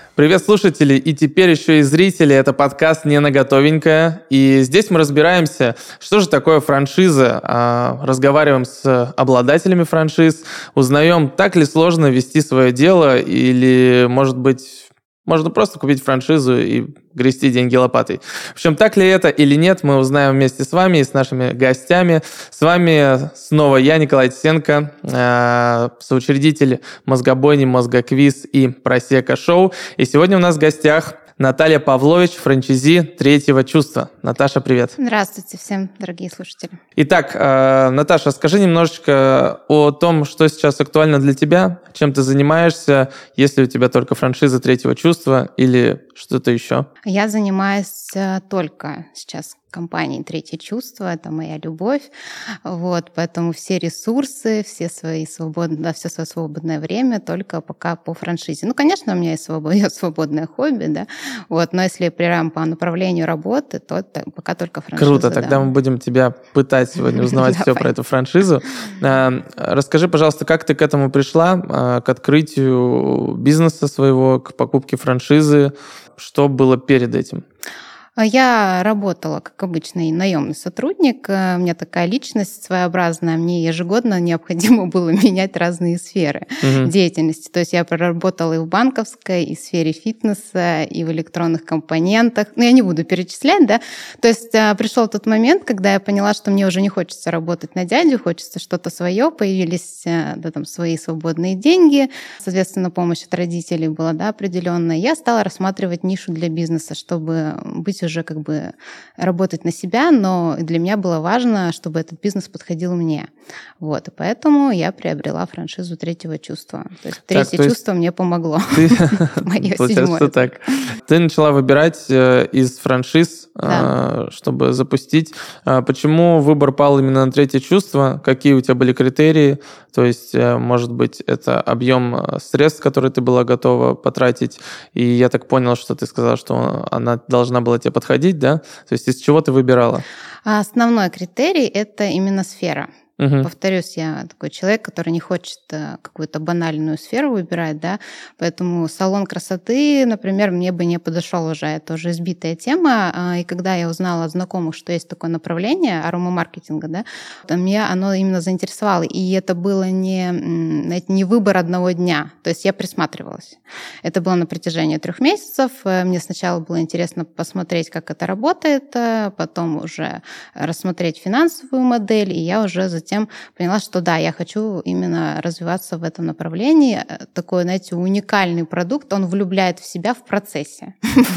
Привет, слушатели, и теперь еще и зрители. Это подкаст «Не на готовенькое». И здесь мы разбираемся, что же такое франшиза. Разговариваем с обладателями франшиз, узнаем, так ли сложно вести свое дело, или, может быть, можно просто купить франшизу и грести деньги лопатой. В общем, так ли это или нет, мы узнаем вместе с вами и с нашими гостями. С вами снова я, Николай Тисенко, соучредитель «Мозгобойни», «Мозгоквиз» и «Просека Шоу». И сегодня у нас в гостях Наталья Павлович, франчайзи «Третьего чувства». Наташа, привет. Здравствуйте всем, дорогие слушатели. Итак, Наташа, скажи немножечко о том, что сейчас актуально для тебя, чем ты занимаешься, есть ли у тебя только франшиза «Третьего чувства» или что-то еще? Я занимаюсь только сейчас компанией «Третье чувство», это моя любовь, поэтому все ресурсы, все свое свободное время только пока по франшизе. Конечно, у меня есть свободное хобби, да, но если прям по направлению работы, то пока только франшиза. Круто, тогда мы будем тебя пытать сегодня узнавать все про эту франшизу. Расскажи, пожалуйста, как ты к этому пришла, к открытию бизнеса своего, к покупке франшизы, что было перед этим? Я работала, как обычный наемный сотрудник. У меня такая личность своеобразная. Мне ежегодно необходимо было менять разные сферы деятельности. То есть я проработала и в банковской, и в сфере фитнеса, и в электронных компонентах. Я не буду перечислять, да. То есть пришел тот момент, когда я поняла, что мне уже не хочется работать на дядю, хочется что-то свое. Появились свои свободные деньги. Соответственно, помощь от родителей была определенная. Я стала рассматривать нишу для бизнеса, чтобы быть уже работать на себя, но для меня было важно, чтобы этот бизнес подходил мне. И поэтому я приобрела франшизу «Третьего чувства». То есть «Третье чувство» мне помогло. Получается так. Ты начала выбирать из франшиз, чтобы запустить. Почему выбор пал именно на «Третье чувство»? Какие у тебя были критерии? То есть, может быть, это объем средств, которые ты была готова потратить. И я так понял, что ты сказала, что она должна была тебе подходить, да? То есть из чего ты выбирала? Основной критерий – это именно сфера. Повторюсь, я такой человек, который не хочет какую-то банальную сферу выбирать, да, поэтому салон красоты, например, мне бы не подошел уже, это уже избитая тема, и когда я узнала от знакомых, что есть такое направление аромамаркетинга, да, меня оно именно заинтересовало, и это было не выбор одного дня, то есть я присматривалась. Это было на протяжении 3 месяцев, мне сначала было интересно посмотреть, как это работает, потом уже рассмотреть финансовую модель, и я уже затем поняла, что да, я хочу именно развиваться в этом направлении. Такой, уникальный продукт, он влюбляет в себя в процессе.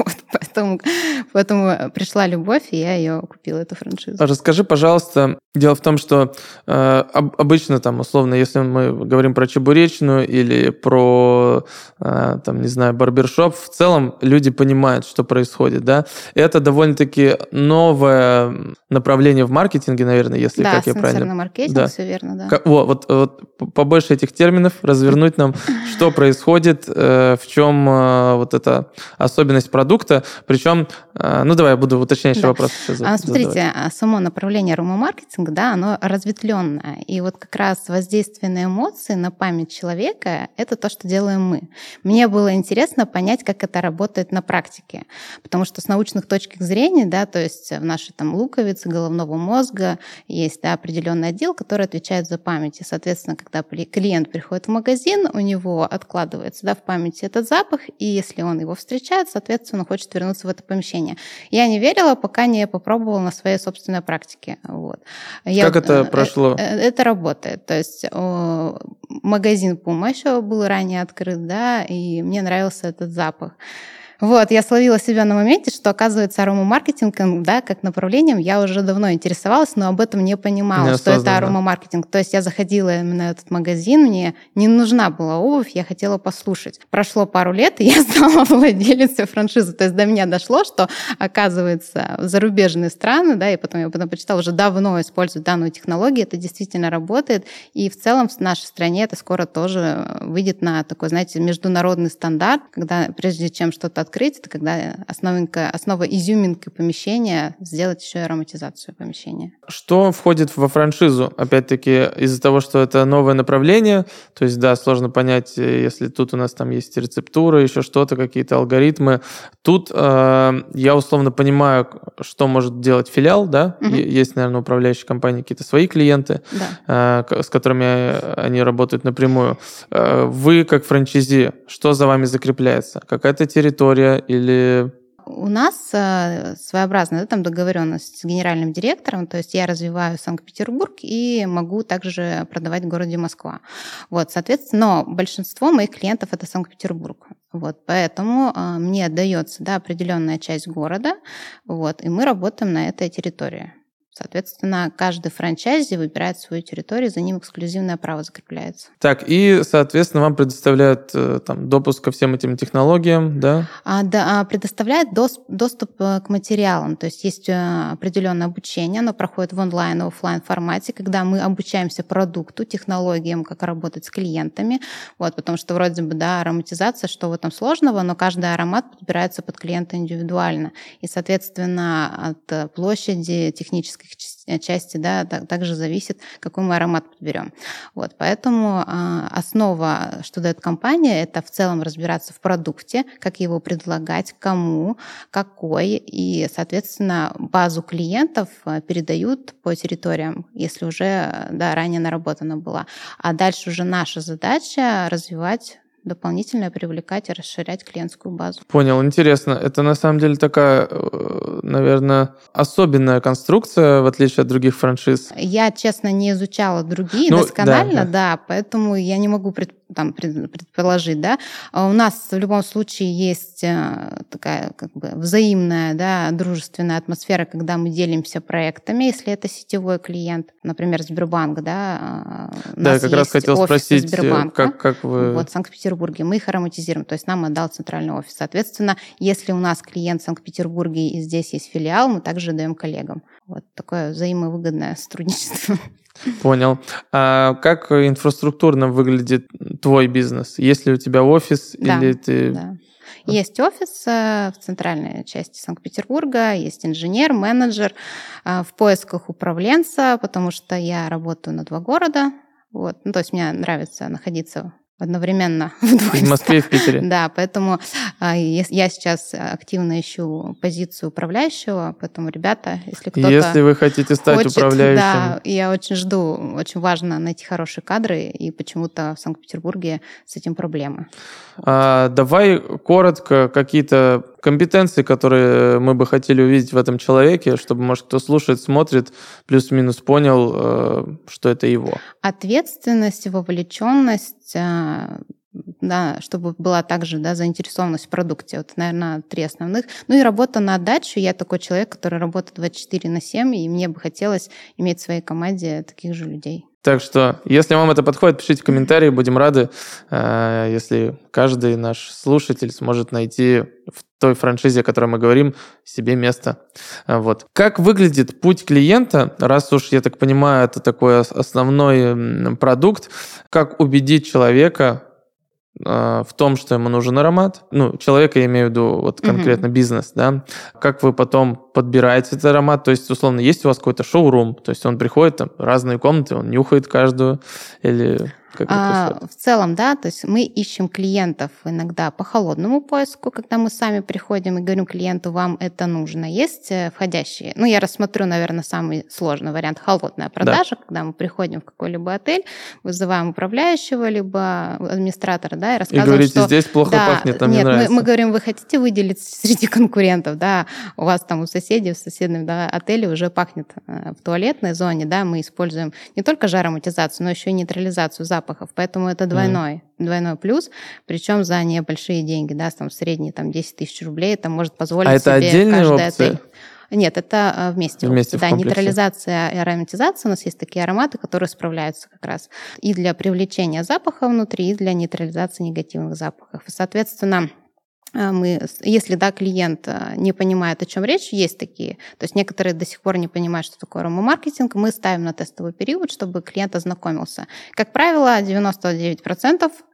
Поэтому пришла любовь, и я ее купила, эту франшизу. Расскажи, пожалуйста, дело в том, что обычно, условно, если мы говорим про чебуречную или про, барбершоп, в целом люди понимают, что происходит, да? Это довольно-таки новое направление в маркетинге, наверное, если как я правильно... Маркетинг, все верно, да. Вот побольше этих терминов, развернуть нам, что происходит, в чем эта особенность продукта. Причем, давай я буду уточняющий вопрос задавать. Смотрите, само направление аромамаркетинга, да, оно разветвленное. И как раз воздействие на эмоции, на память человека – это то, что делаем мы. Мне было интересно понять, как это работает на практике. Потому что с научных точек зрения, да, то есть в нашей луковице головного мозга есть определенный отдел, который отвечает за память. И, соответственно, когда клиент приходит в магазин, у него откладывается в памяти этот запах, и если он его встречает, соответственно, хочет вернуться в это помещение. Я не верила, пока не попробовала на своей собственной практике. Как это прошло? Это работает. То есть магазин Puma еще был ранее открыт, да, и мне нравился этот запах. Я словила себя на моменте, что, оказывается, аромамаркетингом, да, как направлением я уже давно интересовалась, но об этом не понимала, что это аромамаркетинг. То есть я заходила именно в этот магазин, мне не нужна была обувь, я хотела послушать. Прошло пару лет, и я стала владелицей франшизы. То есть до меня дошло, что, оказывается, зарубежные страны, да, и потом я почитала, уже давно используют данную технологию, это действительно работает, и в целом в нашей стране это скоро тоже выйдет на такой, международный стандарт, когда прежде чем что-то открыть, это когда основа изюминкой помещения сделать еще и ароматизацию помещения. Что входит во франшизу? Опять-таки, из-за того, что это новое направление, то есть, да, сложно понять, если тут у нас там есть рецептура, еще что-то, какие-то алгоритмы. Тут я условно понимаю, что может делать филиал, да? Есть, наверное, управляющие компании, какие-то свои клиенты, с которыми они работают напрямую. Вы, как франчайзи, что за вами закрепляется? Какая-то территория или... У нас своеобразная там договоренность с генеральным директором, то есть я развиваю Санкт-Петербург и могу также продавать в городе Москва. Вот, соответственно, но большинство моих клиентов это Санкт-Петербург. Вот, поэтому мне отдается, да, определенная часть города, вот, и мы работаем на этой территории. Соответственно, каждый франчайзи выбирает свою территорию, за ним эксклюзивное право закрепляется. Так, и, соответственно, вам предоставляют там, допуск ко всем этим технологиям, да? Да, предоставляет доступ к материалам. То есть есть определенное обучение, оно проходит в онлайн и офлайн формате, когда мы обучаемся продукту, технологиям, как работать с клиентами. Вот, потому что вроде бы, да, ароматизация, что в этом сложного, но каждый аромат подбирается под клиента индивидуально. И, соответственно, от площади технической части, да, также зависит, какой мы аромат подберем. Вот, поэтому основа, что дает компания, это в целом разбираться в продукте, как его предлагать, кому, какой, и, соответственно, базу клиентов передают по территориям, если уже, да, ранее наработана была. А дальше уже наша задача развивать дополнительно, привлекать и расширять клиентскую базу. Понял, интересно. Это на самом деле такая, наверное, особенная конструкция, в отличие от других франшиз. Я, честно, не изучала другие досконально, да, поэтому я не могу предположить, да. У нас в любом случае есть такая как бы взаимная, да, дружественная атмосфера, когда мы делимся проектами, если это сетевой клиент, например, Сбербанк, да. Да, я как раз хотел спросить, как вы... Вот в Санкт-Петербурге мы их ароматизируем, то есть нам отдал центральный офис. Соответственно, если у нас клиент в Санкт-Петербурге и здесь есть филиал, мы также даем коллегам. Вот такое взаимовыгодное сотрудничество. Понял. А как инфраструктурно выглядит твой бизнес? Есть ли у тебя офис или ты... Да. Есть офис в центральной части Санкт-Петербурга, есть инженер, менеджер в поисках управленца, потому что я работаю на 2 города. Вот. Ну, то есть мне нравится находиться одновременно в 2 местах. В Москве и в Питере. Да, поэтому я сейчас активно ищу позицию управляющего, поэтому, ребята, если кто-то Если вы хотите стать хочет, управляющим... Да, я очень жду, очень важно найти хорошие кадры, и почему-то в Санкт-Петербурге с этим проблемы. Давай коротко какие-то компетенции, которые мы бы хотели увидеть в этом человеке, чтобы, может, кто слушает, смотрит, плюс-минус понял, что это его. Ответственность, вовлеченность, да, чтобы была также, да, заинтересованность в продукте. Вот, наверное, 3 основных. Ну и работа на отдачу. Я такой человек, который работает 24/7, и мне бы хотелось иметь в своей команде таких же людей. Так что, если вам это подходит, пишите в комментарии, будем рады, если каждый наш слушатель сможет найти в той франшизе, о которой мы говорим, себе место. Вот. Как выглядит путь клиента, раз уж, я так понимаю, это такой основной продукт, как убедить человека в том, что ему нужен аромат. Ну, человека, я имею в виду вот конкретно бизнес, да. Как вы потом подбираете этот аромат? То есть, условно, есть у вас какой-то шоурум, то есть он приходит, там, разные комнаты, он нюхает каждую, или... В целом, да, то есть мы ищем клиентов иногда по холодному поиску, когда мы сами приходим и говорим клиенту, вам это нужно. Есть входящие. Ну, я рассмотрю, наверное, самый сложный вариант — холодная продажа, когда мы приходим в какой-либо отель, вызываем управляющего, либо администратора, да, и рассказываем, и говорите, что... здесь плохо пахнет, нам не нравится. Мы говорим, вы хотите выделиться среди конкурентов, да, у вас там у соседей в соседнем, да, отеле уже пахнет в туалетной зоне, да, мы используем не только же ароматизацию, но еще и нейтрализацию запахов. Поэтому это двойной плюс, причем за небольшие деньги, да, там средние там 10 000 рублей, это может позволить себе каждый отель. Нет, это вместе да, нейтрализация и ароматизация. У нас есть такие ароматы, которые справляются как раз и для привлечения запаха внутри, и для нейтрализации негативных запахов. И, соответственно, если, да, клиент не понимает, о чем речь, есть такие, то есть некоторые до сих пор не понимают, что такое аромамаркетинг, мы ставим на тестовый период, чтобы клиент ознакомился. Как правило, 99%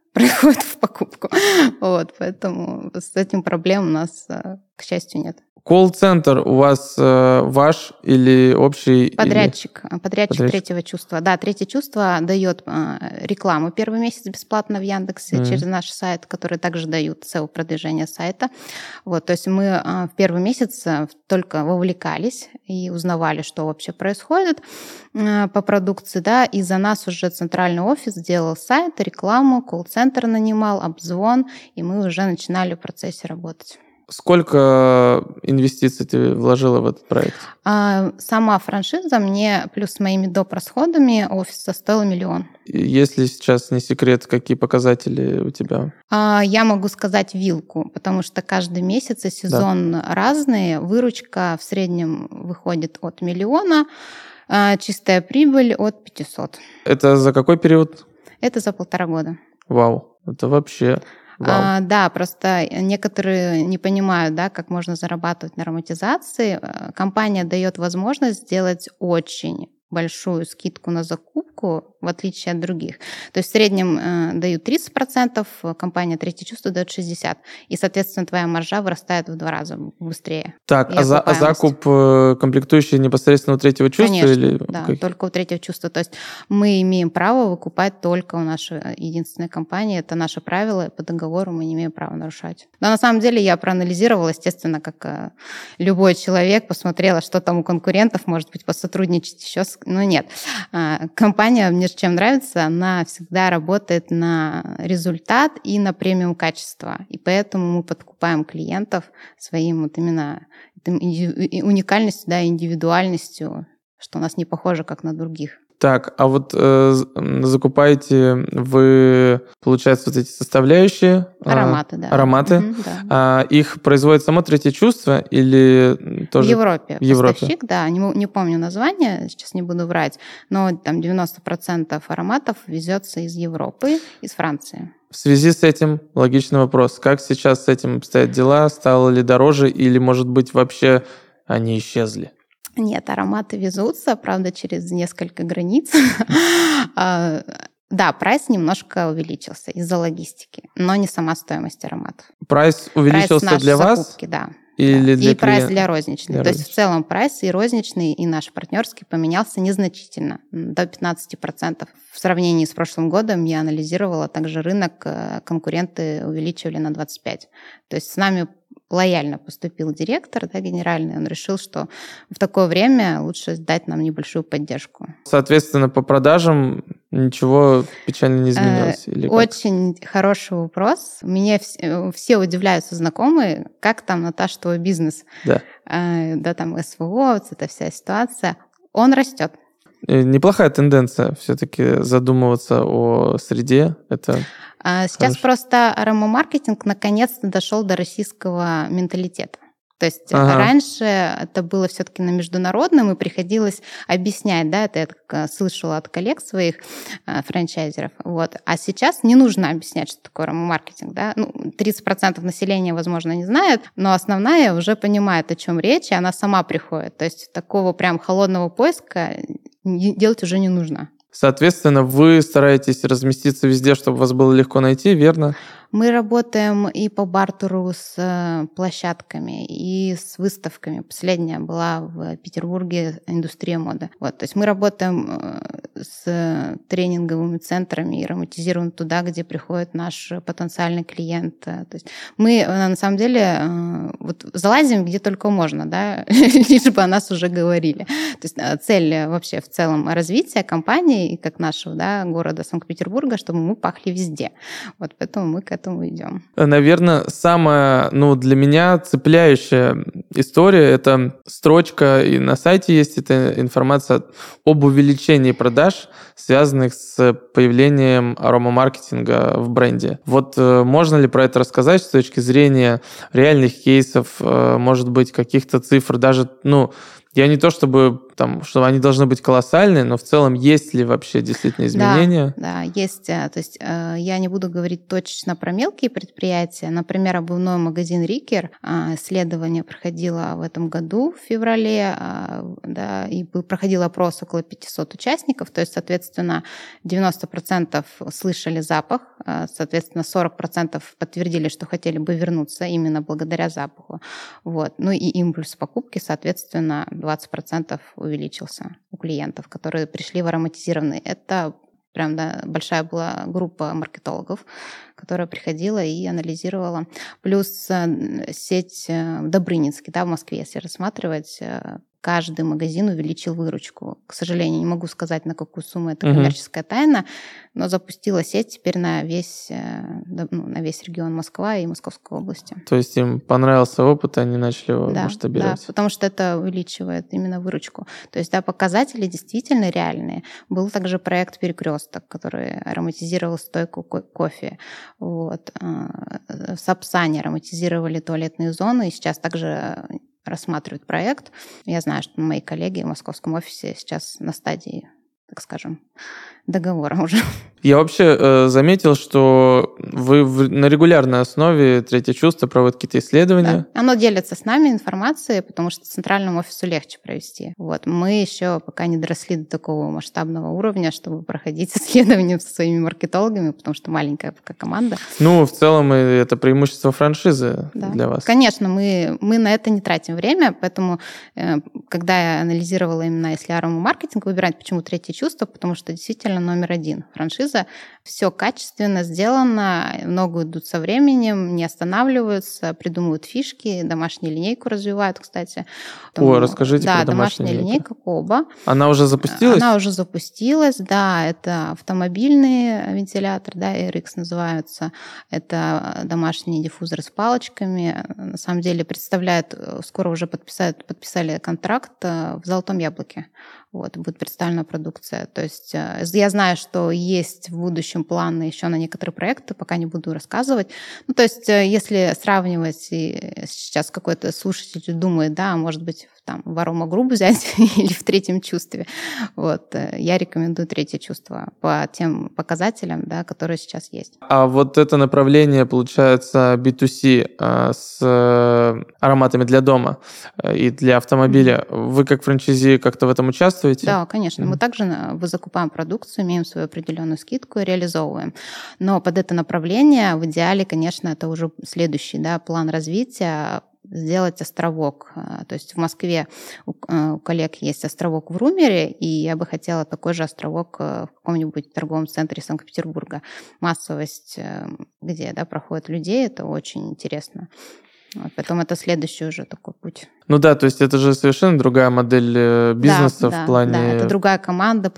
происходит в покупку. Вот, поэтому с этим проблем у нас, к счастью, нет. Колл-центр у вас ваш или общий? Подрядчик третьего чувства. Да, третье чувство дает рекламу первый месяц бесплатно в Яндексе через наш сайт, который также дают SEO-продвижение сайта. Вот, то есть мы в первый месяц только вовлекались и узнавали, что вообще происходит по продукции, да, и за нас уже центральный офис делал сайт, рекламу, колл-центр нанимал, обзвон, и мы уже начинали в процессе работать. Сколько инвестиций ты вложила в этот проект? Сама франшиза мне плюс моими доп. Расходами офиса стоила 1 миллион. Если сейчас не секрет, какие показатели у тебя? Я могу сказать вилку, потому что каждый месяц и сезон разные. Выручка в среднем выходит от 1 миллиона, чистая прибыль от 500. Это за какой период? Это за 1,5 года. Вау, это вообще... Да, просто некоторые не понимают, да, как можно зарабатывать на ароматизации. Компания дает возможность сделать очень большую скидку на закупку, в отличие от других. То есть в среднем дают 30%, компания «Третье чувство» дает 60%. И, соответственно, твоя маржа вырастает в 2 раза быстрее. Так, а закуп комплектующий непосредственно у третьего чувства? Конечно, или... да, только у третьего чувства. То есть мы имеем право выкупать только у нашей единственной компании. Это наше правило, и по договору мы не имеем права нарушать. Но на самом деле я проанализировала, естественно, как любой человек, посмотрела, что там у конкурентов, может быть, посотрудничать еще с... Но нет. Компания, мне чем нравится, она всегда работает на результат и на премиум качество. И поэтому мы подкупаем клиентов своим вот именно уникальностью, да, индивидуальностью, что у нас не похоже, как на других. Так, а вот закупаете вы, получается, вот эти составляющие? Ароматы, да. Ароматы. Да. Их производит само третье чувство или тоже? В Европе. Поставщик, да. Не помню название, сейчас не буду врать, но там 90% ароматов везется из Европы, из Франции. В связи с этим логичный вопрос. Как сейчас с этим обстоят дела? Стало ли дороже или, может быть, вообще они исчезли? Нет, ароматы везутся, правда, через несколько границ. Да, прайс немножко увеличился из-за логистики, но не сама стоимость ароматов. Прайс увеличился для вас? Закупки, да. Или для и прайс для розничный. То есть в целом прайс и розничный, и наш партнерский поменялся незначительно, до 15%. В сравнении с прошлым годом я анализировала также рынок, конкуренты увеличивали на 25%. То есть с нами лояльно поступил директор, да, генеральный, он решил, что в такое время лучше дать нам небольшую поддержку. Соответственно, по продажам ничего печально не изменилось? Или очень хороший вопрос. Меня все удивляются знакомые, как там, Наташ, твой бизнес? Да. Да, там СВО, вот эта вся ситуация. Он растет. Неплохая тенденция все-таки задумываться о среде. Это сейчас просто аромамаркетинг наконец-то дошел до российского менталитета. То есть раньше это было все-таки на международном, и приходилось объяснять, да, это я так слышала от коллег своих франчайзеров. Вот. А сейчас не нужно объяснять, что такое аромамаркетинг. Да? 30% населения, возможно, не знает, но основная уже понимает, о чем речь, и она сама приходит. То есть такого прям холодного поиска делать уже не нужно. Соответственно, вы стараетесь разместиться везде, чтобы вас было легко найти, верно? Мы работаем и по бартеру с площадками, и с выставками. Последняя была в Петербурге «Индустрия моды». Вот, то есть мы работаем с тренинговыми центрами и ароматизируем туда, где приходит наш потенциальный клиент. То есть мы, на самом деле, вот залазим где только можно, да, лишь бы о нас уже говорили. То есть цель вообще в целом развития компании, как нашего, да, города Санкт-Петербурга, чтобы мы пахли везде. Вот поэтому мы к этому идем. Наверное, самая, для меня цепляющая история — это строчка, и на сайте есть эта информация об увеличении продаж, связанных с появлением аромамаркетинга в бренде. Вот можно ли про это рассказать с точки зрения реальных кейсов, может быть, каких-то цифр, даже, Я не то чтобы что они должны быть колоссальные, но в целом есть ли вообще действительно изменения? Да, есть. То есть я не буду говорить точно про мелкие предприятия. Например, обувной магазин «Рикер». Исследование проходило в этом году, в феврале, да, и проходил опрос около 500 участников. То есть, соответственно, 90% слышали запах, соответственно, 40% подтвердили, что хотели бы вернуться именно благодаря запаху. Вот. Ну и импульс покупки, соответственно, 20% увеличился у клиентов, которые пришли в ароматизированный. Это прям большая была группа маркетологов, которая приходила и анализировала. Плюс сеть Добрынинский, в Москве, если рассматривать, каждый магазин увеличил выручку. К сожалению, не могу сказать, на какую сумму, это коммерческая тайна, но запустила сеть теперь на весь регион Москва и Московской области. То есть им понравился опыт, они начали его масштабировать? Да, потому что это увеличивает именно выручку. То есть, показатели действительно реальные. Был также проект «Перекресток», который ароматизировал стойку кофе. Вот. В Сапсане ароматизировали туалетные зоны, и сейчас также рассматривают проект. Я знаю, что мои коллеги в московском офисе сейчас на стадии, так скажем, договора уже. Я вообще заметил, что вы на регулярной основе «Третье чувство» проводит какие-то исследования. Да. Оно делится с нами информацией, потому что центральному офису легче провести. Вот. Мы еще пока не доросли до такого масштабного уровня, чтобы проходить исследования со своими маркетологами, потому что маленькая пока команда. В целом это преимущество франшизы для вас. Конечно, мы на это не тратим время, поэтому, когда я анализировала именно, если аромамаркетинг выбирать, почему «Третье чувство», потому что действительно номер один франшиза. Все качественно сделано, много идут со временем, не останавливаются, придумывают фишки, домашнюю линейку развивают, кстати. Расскажите про домашнюю линейку Коба. Она уже запустилась? Она уже запустилась, да. Это автомобильный вентилятор, RX называются. Это домашние диффузоры с палочками. На самом деле скоро уже подписали контракт в «Золотом яблоке». Вот, будет представлена продукция. То есть я знаю, что есть в будущем планы еще на некоторые проекты, пока не буду рассказывать. То есть если сравнивать, и сейчас какой-то слушатель думает, может быть, в аромагруппу взять или в «Третьем чувстве», вот, я рекомендую «Третье чувство» по тем показателям, которые сейчас есть. А вот это направление, получается, B2C с ароматами для дома и для автомобиля. Вы как франчайзи как-то в этом участвуете? Да, конечно. Мы также закупаем продукцию, имеем свою определенную скидку и реализовываем. Но под это направление в идеале, конечно, это уже следующий план развития, сделать островок. То есть в Москве у коллег есть островок в Румере, и я бы хотела такой же островок в каком-нибудь торговом центре Санкт-Петербурга. Массовость, где проходят людей, это очень интересно. Потом это следующий уже такой путь. То есть это же совершенно другая модель бизнеса в плане... Да, это другая команда,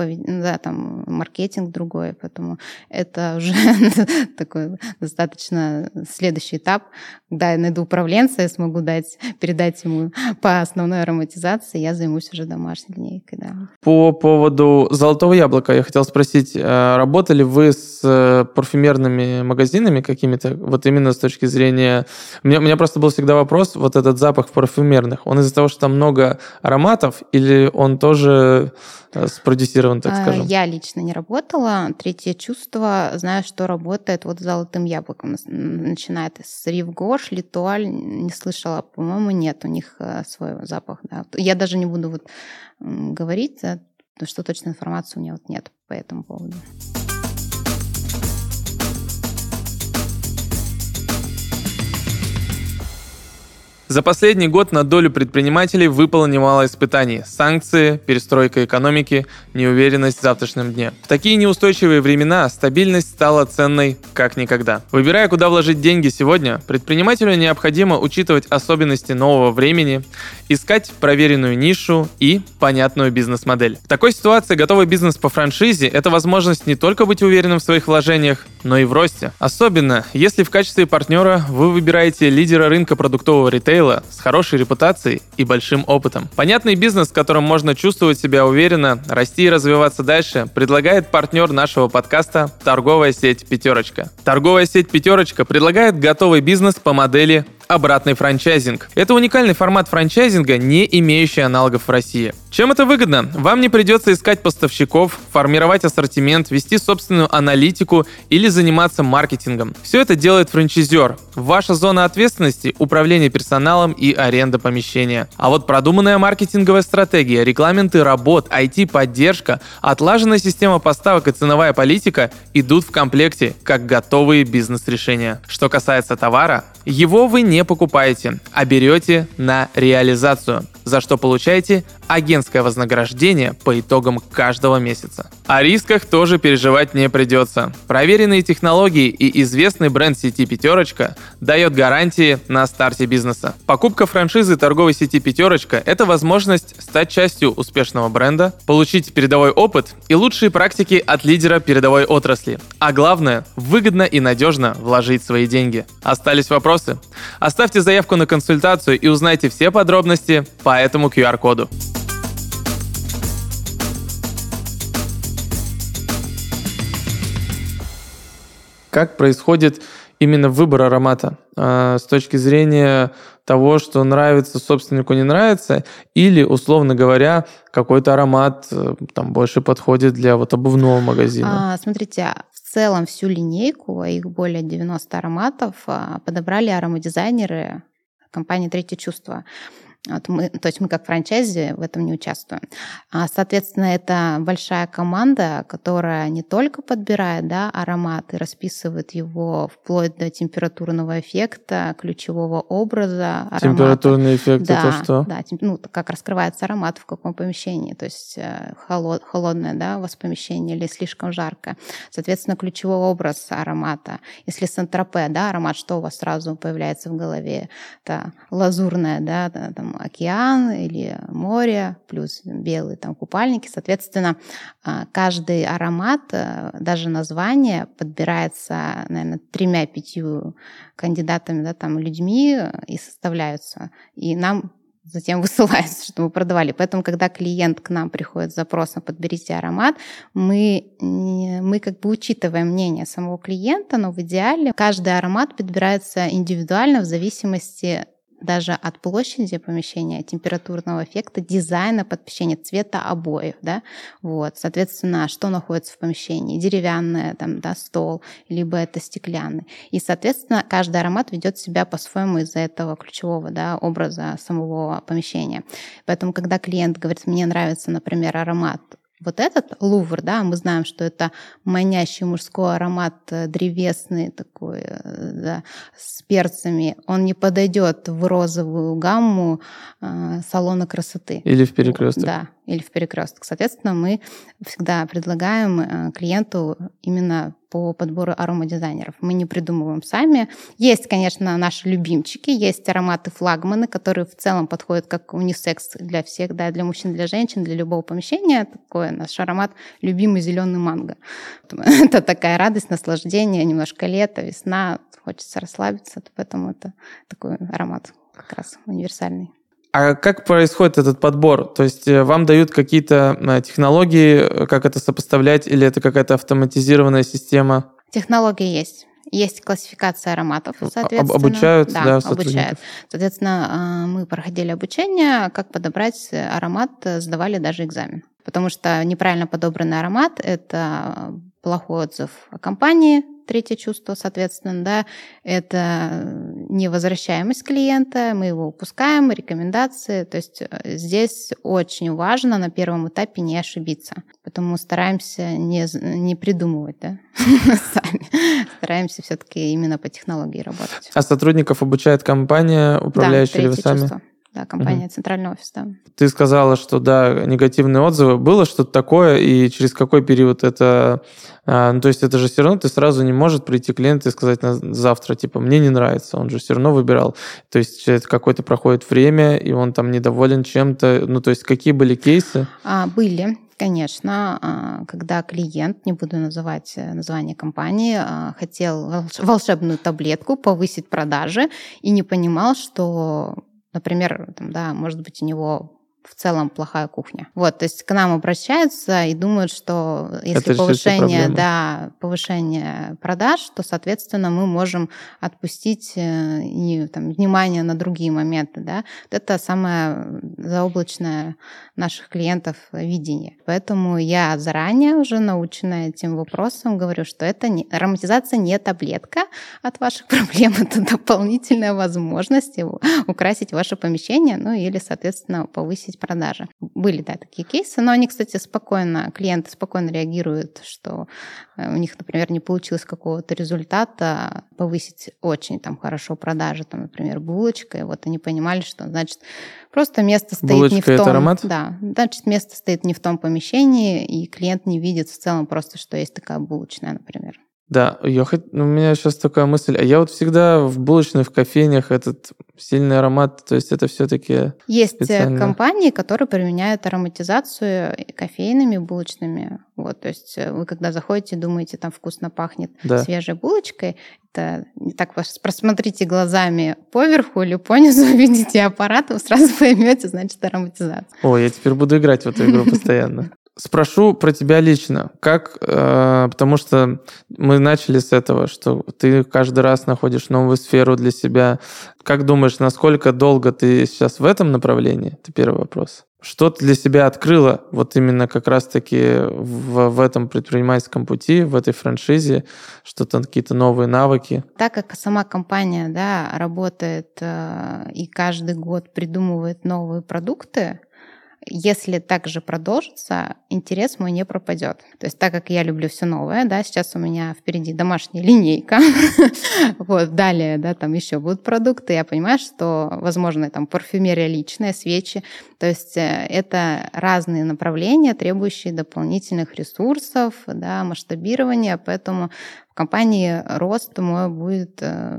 маркетинг другой, поэтому это уже такой достаточно следующий этап. Когда я найду управленца, я смогу передать ему по основной ароматизации, я займусь уже домашней линейкой. Да. По поводу «Золотого яблока» я хотел спросить, работали вы с парфюмерными магазинами какими-то, вот именно с точки зрения... У меня просто был всегда вопрос, вот этот запах в парфюмерных, он из-за того, что там много ароматов, или он тоже спродюсирован, так скажем? Я лично не работала. «Третье чувство», знаю, что работает с «Золотым яблоком». Начинает с Rive Gauche, L'Etoile, не слышала, по-моему, нет у них свой запах. Да. Я даже не буду говорить, потому что точной информации у меня нет по этому поводу. За последний год на долю предпринимателей выпало немало испытаний. Санкции, перестройка экономики, неуверенность в завтрашнем дне. В такие неустойчивые времена стабильность стала ценной как никогда. Выбирая, куда вложить деньги сегодня, предпринимателю необходимо учитывать особенности нового времени, искать проверенную нишу и понятную бизнес-модель. В такой ситуации готовый бизнес по франшизе – это возможность не только быть уверенным в своих вложениях, но и в росте. Особенно, если в качестве партнера вы выбираете лидера рынка продуктового ритейла с хорошей репутацией и большим опытом. Понятный бизнес, в котором можно чувствовать себя уверенно, расти и развиваться дальше, предлагает партнер нашего подкаста «Торговая сеть «Пятерочка». Торговая сеть «Пятерочка» предлагает готовый бизнес по модели обратный франчайзинг. Это уникальный формат франчайзинга, не имеющий аналогов в России. Чем это выгодно? Вам не придется искать поставщиков, формировать ассортимент, вести собственную аналитику или заниматься маркетингом. Все это делает франчайзер. Ваша зона ответственности – управление персоналом и аренда помещения. А вот продуманная маркетинговая стратегия, регламенты работ, IT-поддержка, отлаженная система поставок и ценовая политика идут в комплекте как готовые бизнес-решения. Что касается товара, его вы не покупаете, а берете на реализацию, за что получаете агентское вознаграждение по итогам каждого месяца. О рисках тоже переживать не придется. Проверенные технологии и известный бренд сети «Пятерочка» дает гарантии на старте бизнеса. Покупка франшизы торговой сети «Пятерочка» — это возможность стать частью успешного бренда, получить передовой опыт и лучшие практики от лидера передовой отрасли. А главное — выгодно и надежно вложить свои деньги. Остались вопросы? Оставьте заявку на консультацию и узнайте все подробности по этому QR-коду. Как происходит именно выбор аромата? С точки зрения того, что нравится собственнику, не нравится, или, условно говоря, какой-то аромат там больше подходит для вот обувного магазина? Смотрите, в целом всю линейку, их более 90 ароматов, подобрали аромадизайнеры компании «Третье чувство». Мы как франчайзи в этом не участвуем. Соответственно, это большая команда, которая не только подбирает аромат и расписывает его вплоть до температурного эффекта, ключевого образа аромата. Температурный эффект — это что? Да, как раскрывается аромат в каком помещении, то есть холодное у вас помещение или слишком жаркое. Соответственно, ключевой образ аромата. Если Сент-Тропе, аромат, что у вас сразу появляется в голове? Это лазурное, там океан или море, плюс белые там купальники. Соответственно, каждый аромат, даже название подбирается, наверное, 3-5 кандидатами, людьми и составляются. И нам затем высылается, чтобы мы продавали. Поэтому, когда клиент к нам приходит с запросом «подберите аромат», мы как бы учитываем мнение самого клиента, но в идеале каждый аромат подбирается индивидуально в зависимости даже от площади помещения, температурного эффекта, дизайна помещения, цвета обоев, Соответственно, что находится в помещении? Деревянное, стол, либо это стеклянный. И, соответственно, каждый аромат ведет себя по-своему из-за этого ключевого, образа самого помещения. Поэтому, когда клиент говорит, мне нравится, например, аромат вот этот лувр, мы знаем, что это манящий мужской аромат, древесный такой, с перцами. Он не подойдет в розовую гамму салона красоты. Или в перекресток. Да, или в перекресток. Соответственно, мы всегда предлагаем клиенту именно по подбору аромадизайнеров. Мы не придумываем сами. Есть, конечно, наши любимчики, есть ароматы-флагманы, которые в целом подходят как унисекс для всех, для мужчин, для женщин, для любого помещения. Такой наш аромат любимый зеленый манго. Это такая радость, наслаждение, немножко лето, весна, хочется расслабиться, поэтому это такой аромат как раз универсальный. А как происходит этот подбор? То есть вам дают какие-то технологии, как это сопоставлять, или это какая-то автоматизированная система? Технологии есть. Есть классификация ароматов, соответственно. Обучают, обучают. Соответственно, мы проходили обучение, как подобрать аромат, сдавали даже экзамен. Потому что неправильно подобранный аромат – это плохой отзыв о компании, третье чувство, соответственно, это невозвращаемость клиента, мы его упускаем, рекомендации. То есть здесь очень важно на первом этапе не ошибиться. Поэтому стараемся не придумывать, сами. Стараемся все-таки именно по технологии работать. А сотрудников обучает компания, управляющая или вы сами? Чувство. Да, компания «Центральный офис», да. Ты сказала, что негативные отзывы. Было что-то такое, и через какой период это... то есть это же все равно ты сразу не можешь прийти клиент и сказать завтра, мне не нравится. Он же все равно выбирал. То есть это какое-то проходит время, и он там недоволен чем-то. То есть какие были кейсы? Были. Конечно, когда клиент, не буду называть название компании, хотел волшебную таблетку, повысить продажи и не понимал, что, например, может быть, у него в целом плохая кухня. Вот, то есть к нам обращаются и думают, что если Это повышение продаж, то, соответственно, мы можем отпустить внимание на другие моменты. Да? Вот это самое заоблачное наших клиентов видение. Поэтому я заранее уже научена этим вопросом говорю, что ароматизация не таблетка от ваших проблем, это дополнительная возможность украсить ваше помещение, или, соответственно, повысить продажи. Были, такие кейсы, но они, кстати, клиенты спокойно реагируют, что у них, например, не получилось какого-то результата, повысить очень хорошо продажи, например, булочкой. Вот они понимали, что, значит, просто место стоит булочка не в том... это аромат? Да, значит, место стоит не в том помещении, и клиент не видит в целом просто, что есть такая булочная, например. Да, у меня сейчас такая мысль. А я вот всегда в булочных, в кофейнях этот сильный аромат, то есть это все-таки есть специально... компании, которые применяют ароматизацию кофейными, булочными. Вот, то есть вы когда заходите, думаете, там вкусно пахнет свежей булочкой, это не так просмотрите глазами поверху или понизу, видите аппарат, вы сразу поймете, значит, ароматизация. О, я теперь буду играть в эту игру постоянно. Спрошу про тебя лично, потому что мы начали с этого, что ты каждый раз находишь новую сферу для себя. Как думаешь, насколько долго ты сейчас в этом направлении? Это первый вопрос. Что ты для себя открыла вот именно как раз-таки в этом предпринимательском пути, в этой франшизе, что-то, какие-то новые навыки? Так как сама компания, работает и каждый год придумывает новые продукты, если так же продолжится, интерес мой не пропадет. То есть так как я люблю все новое, сейчас у меня впереди домашняя линейка, вот, далее, там еще будут продукты, я понимаю, что, возможно, там парфюмерия личная, свечи, то есть это разные направления, требующие дополнительных ресурсов, масштабирования, поэтому в компании рост мой будет,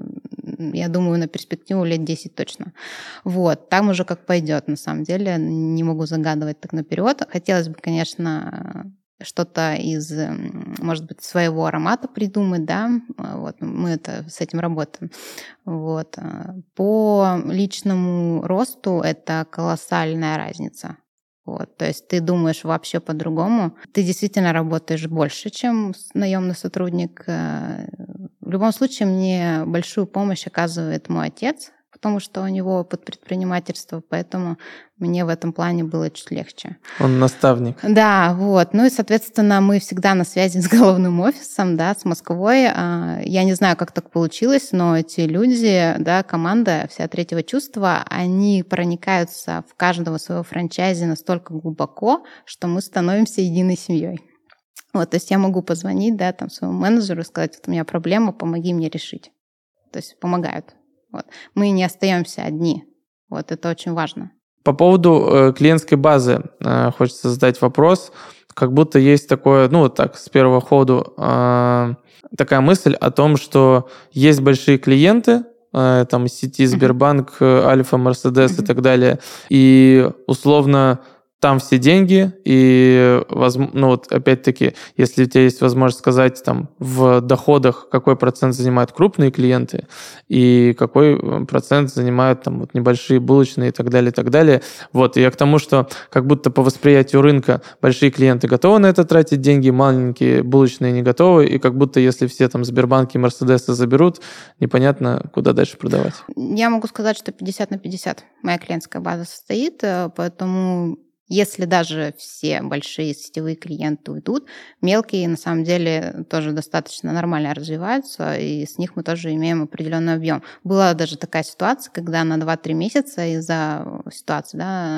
я думаю, на перспективу лет 10 точно. Вот, там уже как пойдет, на самом деле, не могу загадывать так наперед. Хотелось бы, конечно, что-то из, может быть, своего аромата придумать, вот, мы с этим работаем. Вот. По личному росту это колоссальная разница. Вот, то есть ты думаешь вообще по-другому. Ты действительно работаешь больше, чем наемный сотрудник. В любом случае мне большую помощь оказывает мой отец, потому что у него опыт предпринимательства, поэтому мне в этом плане было чуть легче. Он наставник. Да, вот. И, соответственно, мы всегда на связи с головным офисом, с Москвой. Я не знаю, как так получилось, но эти люди, команда вся третьего чувства, они проникаются в каждого своего франчайзи настолько глубоко, что мы становимся единой семьей. Вот, то есть я могу позвонить, своему менеджеру и сказать, вот у меня проблема, помоги мне решить. То есть помогают. Вот. Мы не остаемся одни. Вот это очень важно. По поводу клиентской базы хочется задать вопрос. Как будто есть такое, с первого ходу, такая мысль о том, что есть большие клиенты, там из сети Сбербанк, Альфа, Мерседес и так далее, и условно там все деньги, и, опять-таки, если у тебя есть возможность сказать, в доходах, какой процент занимают крупные клиенты, и какой процент занимают небольшие булочные и так далее, и так далее. Вот, и я к тому, что как будто по восприятию рынка большие клиенты готовы на это тратить деньги, маленькие булочные не готовы, и как будто если все Сбербанки, Мерседесы заберут, непонятно, куда дальше продавать. Я могу сказать, что 50/50 моя клиентская база состоит, поэтому... Если даже все большие сетевые клиенты уйдут, мелкие на самом деле тоже достаточно нормально развиваются, и с них мы тоже имеем определенный объем. Была даже такая ситуация, когда на 2-3 месяца из-за ситуации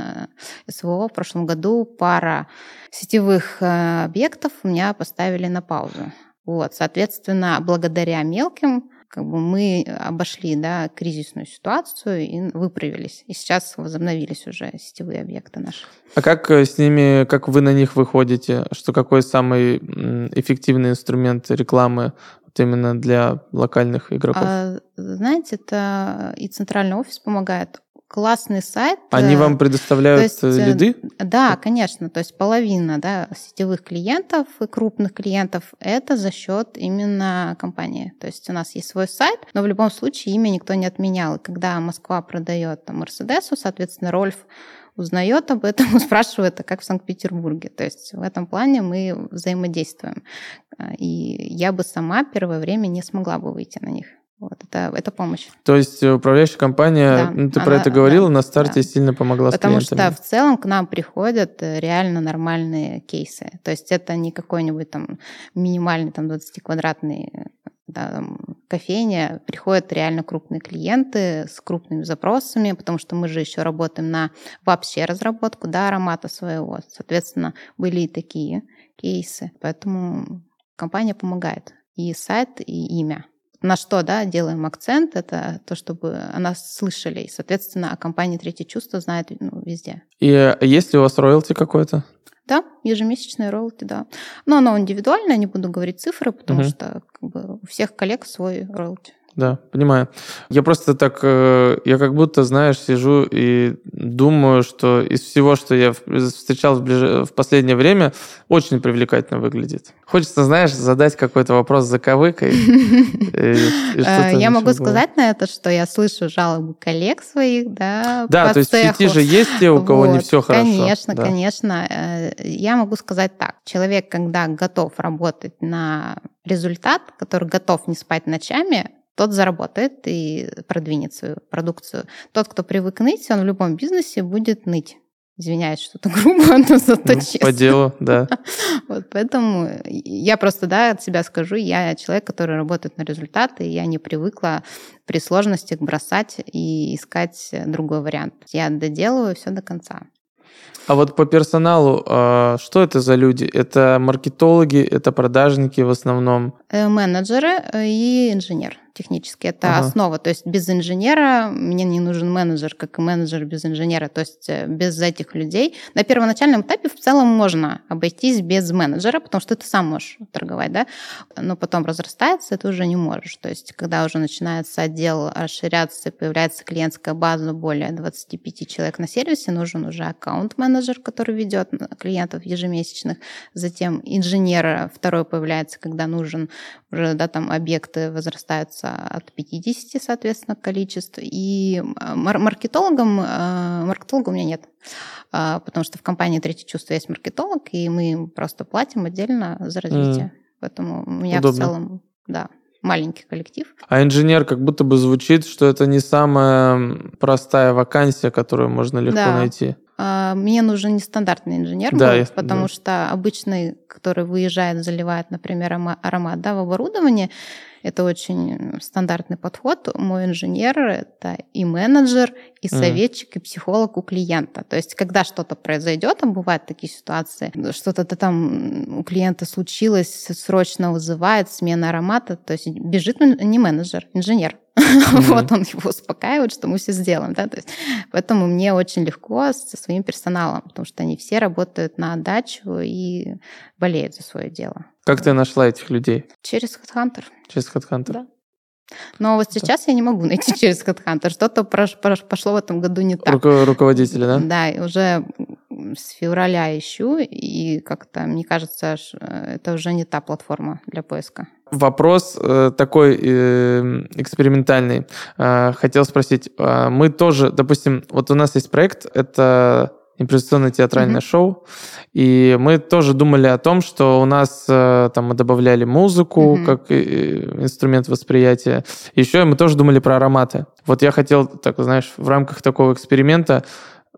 СВО в прошлом году пара сетевых объектов у меня поставили на паузу. Вот, соответственно, благодаря мелким мы обошли кризисную ситуацию и выправились. И сейчас возобновились уже сетевые объекты наши. А как с ними, как вы на них выходите? Какой самый эффективный инструмент рекламы именно для локальных игроков? Знаете, это и центральный офис помогает. Классный сайт. Они вам предоставляют лиды? Да, конечно. То есть половина сетевых клиентов и крупных клиентов – это за счет именно компании. То есть у нас есть свой сайт, но в любом случае имя никто не отменял. И когда Москва продает Мерседесу, соответственно, Рольф узнает об этом, спрашивает, а как в Санкт-Петербурге. То есть в этом плане мы взаимодействуем. И я бы сама первое время не смогла бы выйти на них. Вот, это помощь. То есть управляющая компания, да, ты про это говорила, на старте сильно помогла с клиентами. Потому что в целом к нам приходят реально нормальные кейсы. То есть это не какой-нибудь там минимальный там 20-квадратный кофейня. Приходят реально крупные клиенты с крупными запросами, потому что мы же еще работаем на вообще разработку аромата своего. Соответственно, были и такие кейсы. Поэтому компания помогает. И сайт, и имя. На что, делаем акцент, это то, чтобы о нас слышали. И, соответственно, о компании «Третье чувство» знают везде. И есть ли у вас роялти какой-то? Да, ежемесячное роялти, да. Но оно индивидуальное, не буду говорить цифры, потому что у всех коллег свой роялти. Да, понимаю. Я просто так, я как будто, знаешь, сижу и думаю, что из всего, что я встречал в последнее время, очень привлекательно выглядит. Хочется, знаешь, задать какой-то вопрос с заковыкой. Я могу сказать на это, что я слышу жалобы коллег своих, Да, то есть в сети же есть те, у кого не все хорошо. Конечно. Я могу сказать так. Человек, когда готов работать на результат, который готов не спать ночами, тот заработает и продвинет свою продукцию. Тот, кто привык ныть, он в любом бизнесе будет ныть. Извиняюсь, что-то грубо, но зато честно. По делу, да. Вот поэтому я просто, от себя скажу, я человек, который работает на результат, и я не привыкла при сложностях бросать и искать другой вариант. Я доделаю все до конца. А вот по персоналу, что это за люди? Это маркетологи, это продажники в основном? Менеджеры и инженер технически. Это основа. То есть без инженера мне не нужен менеджер, как и менеджер без инженера. То есть без этих людей. На первоначальном этапе в целом можно обойтись без менеджера, потому что ты сам можешь торговать, но потом разрастается, и ты уже не можешь. То есть когда уже начинается отдел расширяться, появляется клиентская база более 25 человек на сервисе, нужен уже аккаунт-менеджер, который ведет клиентов ежемесячных. Затем инженер второй появляется, когда нужен уже, там объекты возрастаются от 50, соответственно, количеств. И маркетолога у меня нет, потому что в компании «Третье чувство» есть маркетолог, и мы им просто платим отдельно за развитие. Поэтому у меня в целом, маленький коллектив. А инженер как будто бы звучит, что это не самая простая вакансия, которую можно легко найти. Мне нужен нестандартный инженер, потому что обычный, который выезжает, заливает, например, аромат в оборудование, это очень стандартный подход. Мой инженер – это и менеджер, и советчик, и психолог у клиента. То есть, когда что-то произойдет, бывают такие ситуации, что-то там у клиента случилось, срочно вызывает, смена аромата, то есть бежит не менеджер, инженер. Вот он его успокаивает, что мы все сделаем. То есть, поэтому мне очень легко со своим персоналом, потому что они все работают на отдачу и болеют за свое дело. Как ты нашла этих людей? Через HeadHunter. Через HeadHunter? Да. Но вот сейчас я не могу найти через HeadHunter. Что-то пошло в этом году не так. Руководители, да? Да, и уже с февраля ищу, и как-то, мне кажется, это уже не та платформа для поиска. Вопрос такой экспериментальный. Хотел спросить, мы тоже, допустим, вот у нас есть проект, это импровизационное театральное шоу, и мы тоже думали о том, что у нас там мы добавляли музыку как инструмент восприятия. Еще мы тоже думали про ароматы. Вот я хотел, так знаешь, в рамках такого эксперимента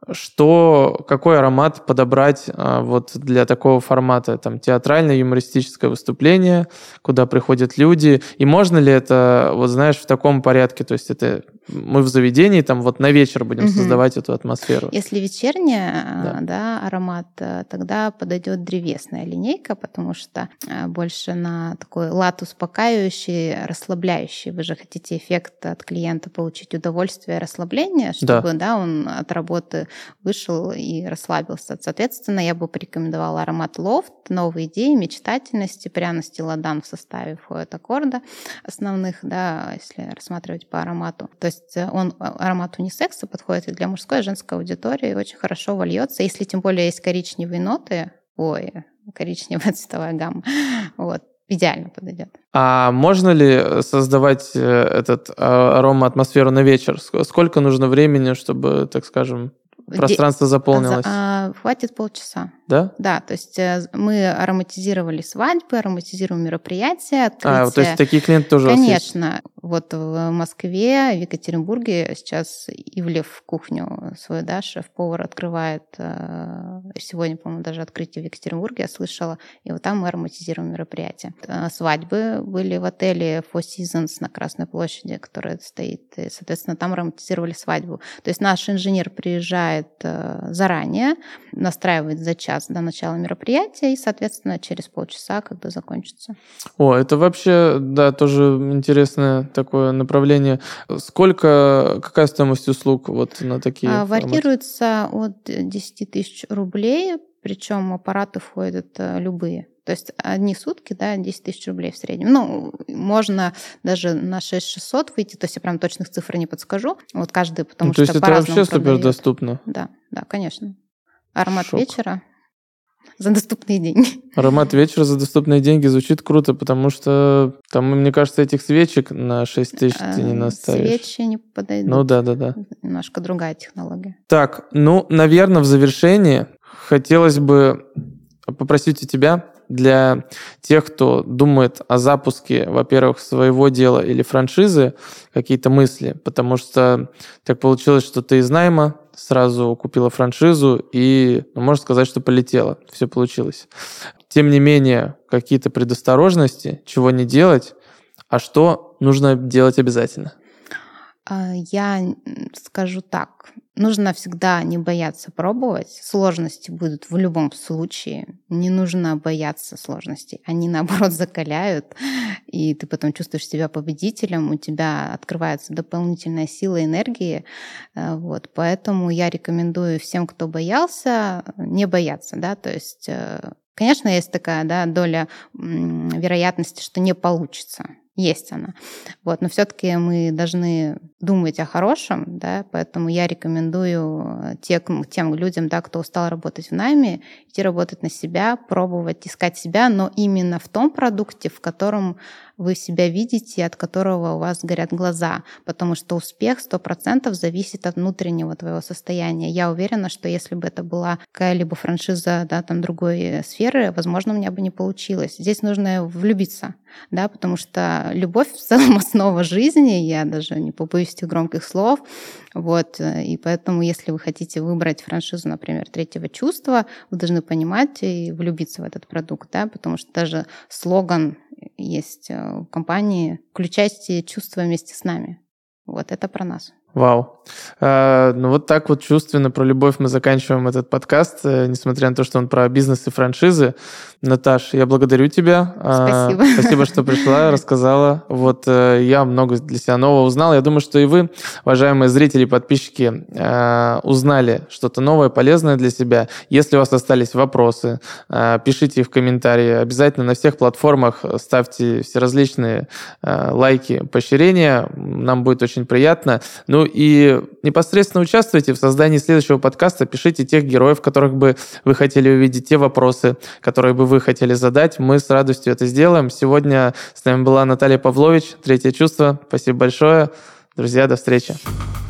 какой аромат подобрать вот для такого формата, там, театральное юмористическое выступление, куда приходят люди, и можно ли это, вот знаешь, в таком порядке, то есть это мы в заведении, там, вот на вечер будем создавать эту атмосферу. Если вечерняя, аромат, тогда подойдет древесная линейка, потому что больше на такой лад успокаивающий, расслабляющий. Вы же хотите эффект от клиента получить удовольствие, расслабление, чтобы, он от работы вышел и расслабился. Соответственно, я бы порекомендовала аромат Loft, новые идеи, мечтательности, пряности, ладан в составе входят аккорда основных, если рассматривать по аромату. То есть он аромат унисекса подходит и для мужской и женской аудитории, очень хорошо вольется. Если тем более есть коричневые ноты, коричневая цветовая гамма, идеально подойдет. А можно ли создавать этот арома-атмосферу на вечер? Сколько нужно времени, чтобы, так скажем, пространство заполнилось? Хватит полчаса. Да? Да, то есть мы ароматизировали свадьбы, ароматизируем мероприятия, открытия. То есть такие клиенты тоже у вас есть? Конечно. Вот в Москве, в Екатеринбурге сейчас Ивлев кухню свою, да, шеф-повар открывает. Сегодня, по-моему, даже открытие в Екатеринбурге я слышала. И вот там мы ароматизируем мероприятия. Свадьбы были в отеле Four Seasons на Красной площади, которая стоит. И, соответственно, там ароматизировали свадьбу. То есть наш инженер приезжает заранее, настраивает за час до начала мероприятия и, соответственно, через полчаса, когда закончится. Это вообще, да, тоже интересное такое направление. Какая стоимость услуг вот на такие варьируется от 10 тысяч рублей, причем аппараты входят любые. То есть одни сутки, да, 10 тысяч рублей в среднем. Можно даже на 6600 выйти, то есть я прям точных цифр не подскажу. Вот каждый, потому что по-разному продает. То есть это вообще супер доступно? Да, конечно. Аромат вечера за доступные деньги. Аромат вечера за доступные деньги звучит круто, потому что там, мне кажется, этих свечек на 6 тысяч ты не наставишь. Свечи не подойдут. Ну да. Немножко другая технология. Так, наверное, в завершении хотелось бы попросить у тебя для тех, кто думает о запуске, во-первых, своего дела или франшизы, какие-то мысли, потому что так получилось, что ты из найма сразу купила франшизу и, можно сказать, что полетела. Все получилось. Тем не менее, какие-то предосторожности, чего не делать, а что нужно делать обязательно? Я скажу так. Нужно всегда не бояться пробовать. Сложности будут в любом случае. Не нужно бояться сложностей. Они, наоборот, закаляют. И ты потом чувствуешь себя победителем. У тебя открывается дополнительная сила энергии. Вот. Поэтому я рекомендую всем, кто боялся, не бояться. Да? То есть, конечно, есть такая доля вероятности, что не получится. Есть она. Но все-таки мы должны думать о хорошем, да, поэтому я рекомендую тем людям, да, кто устал работать в найме, идти работать на себя, пробовать искать себя, но именно в том продукте, в котором вы себя видите, от которого у вас горят глаза, потому что успех 100% зависит от внутреннего твоего состояния. Я уверена, что если бы это была какая-либо франшиза, да, там другой сферы, возможно, у меня бы не получилось. Здесь нужно влюбиться, да, потому что любовь в целом основа жизни, я даже не побоюсь этих громких слов, и поэтому, если вы хотите выбрать франшизу, например, третьего чувства, вы должны понимать и влюбиться в этот продукт, да, потому что даже слоган есть в компании «Включайте чувства вместе с нами». Это про нас. Вау. Вот так вот чувственно про любовь мы заканчиваем этот подкаст, несмотря на то, что он про бизнес и франшизы. Наташ, я благодарю тебя. Спасибо. Спасибо, что пришла, рассказала. Я много для себя нового узнал. Я думаю, что и вы, уважаемые зрители и подписчики, узнали что-то новое, полезное для себя. Если у вас остались вопросы, пишите их в комментарии. Обязательно на всех платформах ставьте все различные лайки, поощрения. Нам будет очень приятно. И непосредственно участвуйте в создании следующего подкаста, пишите тех героев, которых бы вы хотели увидеть, те вопросы, которые бы вы хотели задать. Мы с радостью это сделаем. Сегодня с нами была Наталья Павлович, «Третье чувство». Спасибо большое. Друзья, до встречи.